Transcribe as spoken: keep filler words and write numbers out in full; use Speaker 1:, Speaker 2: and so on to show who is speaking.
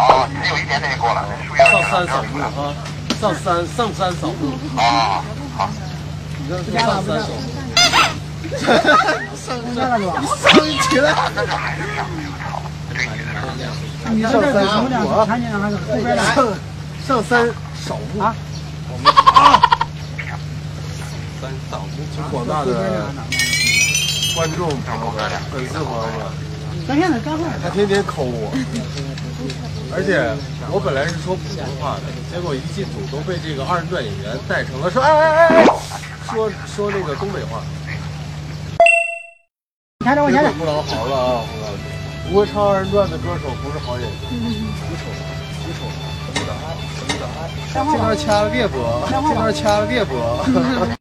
Speaker 1: 哦，只有一点点过了，树叶
Speaker 2: 上山扫墓啊，上山上山扫墓。
Speaker 1: 啊，好。
Speaker 2: 你这是上山扫墓。上
Speaker 3: 山了吧？
Speaker 2: 上起来。
Speaker 1: 那个还是上没有吵，这女的。
Speaker 3: 你这个什么的？看见了还是后边的？
Speaker 2: 上上山扫墓
Speaker 3: 啊！
Speaker 2: 我们啊！山扫墓，请广大的观众朋友们、粉丝朋友们。
Speaker 3: 咱现在干活。
Speaker 2: 他天天抠我，而且我本来是说普通话的，结果一进组都被这个二人转演员带成了说哎哎哎，说说那个东北话。
Speaker 3: 前点，往前点。
Speaker 2: 不老好了啊，胡老师，不会唱二人转的歌手不是好演员。你瞅，你瞅，什么的，什么的，这边掐了别播，这边掐了别播。